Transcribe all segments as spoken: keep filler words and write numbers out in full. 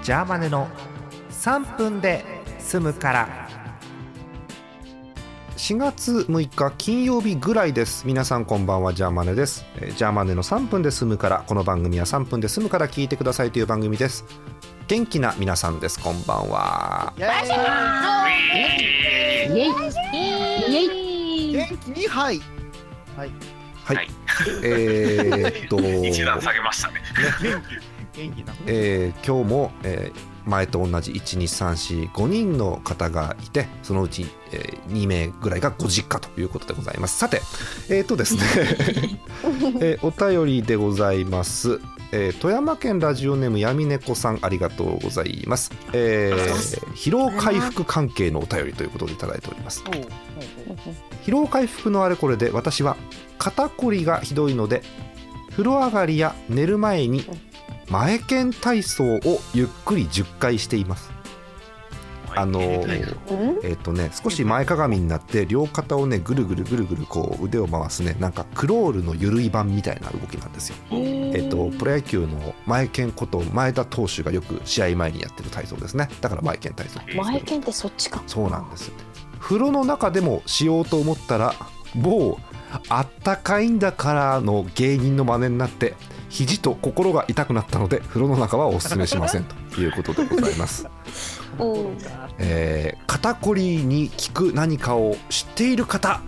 ジャーマネのさんぷんで済むから。しがつむいか金曜日ぐらいです。皆さんこんばんは、ジャーマネです。ジャーマネのさんぷんで済むから、この番組はさんぷんで済むから聞いてくださいという番組です。元気な皆さんです。こんばんは。 イエーイイエイイエイ元気にはいはいはい、はい、えーっと一段下げましたね。 元気な、 えー、今日も、えー前と同じいち、に、さん、し、ごにんの方がいて、そのうち、えー、にめいぐらいがご実家ということでございます。さて、えーとですね、えー、お便りでございます、えー、富山県ラジオネームやみねこさん、ありがとうございます、えー、疲労回復関係のお便りということでいただいております。疲労回復のあれこれで私は肩こりがひどいので、風呂上がりや寝る前に前剣体操をゆっくりじゅっかいしています。あのー、えっとね少し前かがみになって両肩をねぐるぐるぐるぐるこう腕を回すね、なんかクロールのゆるい版みたいな動きなんですよ。えっとプロ野球の前剣こと前田投手がよく試合前にやってる体操ですね。だから前剣体操。 前剣ってそっちか。 そうなんです。風呂の中でもしようと思ったら、某あったかいんだからの芸人の真似になって肘と心が痛くなったので、風呂の中はおすすめしませんということでございます。 お、 えー、肩こりに効く何かを知っている方、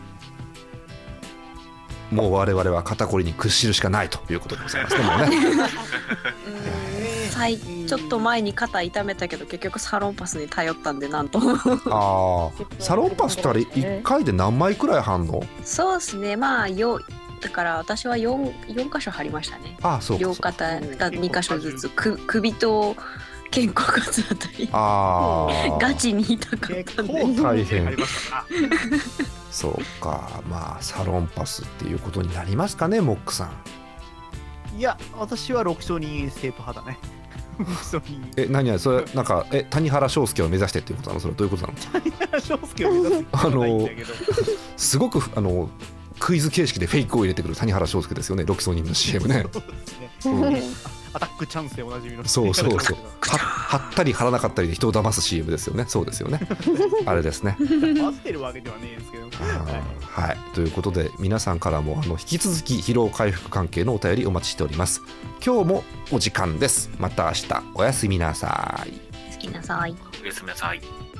もう我々は肩こりに屈しるしかないということでございますね。もうねはい、ちょっと前に肩痛めたけど結局サロンパスに頼ったんで、なんとあサロンパスってあれいっかいで何枚くらい貼んの？ そうですね、まあよだから私は 4, 4箇所貼りましたね。 ああ、そうか、 両肩に箇所ずつ、く首と肩甲骨あたり、 あガチに痛かったんで大変そうか、まあサロンパスっていうことになりますかね、モックさん。 いや、私はろく承認テープ派だね。 え、何やそれ、なんかえ谷原章介を目指してっていうことなの？それはどういうことなの？ 谷原章介を目指すってことないんだけど、 すごくあのクイズ形式でフェイクを入れてくる谷原章介ですよね、ロキソニンの シーエム ね。 そうですね、うん、アタックチャンスでおなじみの。 そうそうそう、は貼ったり貼らなかったりで人を騙す シーエム ですよね。そうですよねあれですね。 合ってるわけではねえですけど、 はい、はい、ということで皆さんからもあの引き続き疲労回復関係のお便りお待ちしております。今日もお時間です。また明日おやすみなさい。 おやすみなさい。 おやすみなさい。